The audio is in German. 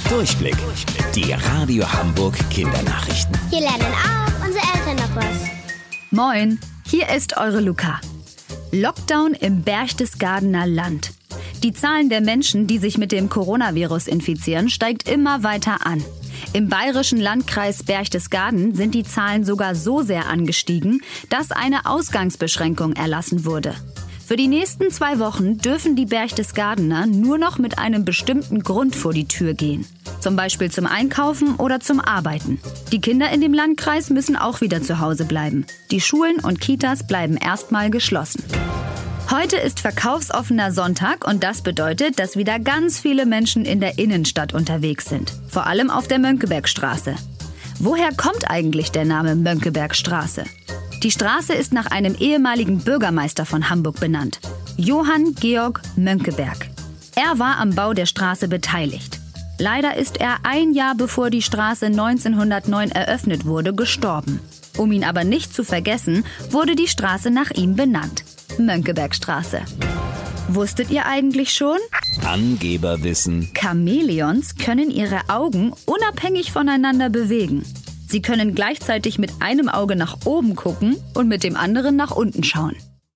Durchblick. Die Radio Hamburg Kindernachrichten. Hier lernen auch unsere Eltern noch was. Moin, hier ist eure Luca. Lockdown im Berchtesgadener Land. Die Zahlen der Menschen, die sich mit dem Coronavirus infizieren, steigt immer weiter an. Im bayerischen Landkreis Berchtesgaden sind die Zahlen sogar so sehr angestiegen, dass eine Ausgangsbeschränkung erlassen wurde. Für die nächsten 2 Wochen dürfen die Berchtesgadener nur noch mit einem bestimmten Grund vor die Tür gehen. Zum Beispiel zum Einkaufen oder zum Arbeiten. Die Kinder in dem Landkreis müssen auch wieder zu Hause bleiben. Die Schulen und Kitas bleiben erstmal geschlossen. Heute ist verkaufsoffener Sonntag und das bedeutet, dass wieder ganz viele Menschen in der Innenstadt unterwegs sind. Vor allem auf der Mönckebergstraße. Woher kommt eigentlich der Name Mönckebergstraße? Die Straße ist nach einem ehemaligen Bürgermeister von Hamburg benannt. Johann Georg Mönckeberg. Er war am Bau der Straße beteiligt. Leider ist er 1 Jahr bevor die Straße 1909 eröffnet wurde, gestorben. Um ihn aber nicht zu vergessen, wurde die Straße nach ihm benannt. Mönckebergstraße. Wusstet ihr eigentlich schon? Angeberwissen. Chamäleons können ihre Augen unabhängig voneinander bewegen. Sie können gleichzeitig mit einem Auge nach oben gucken und mit dem anderen nach unten schauen.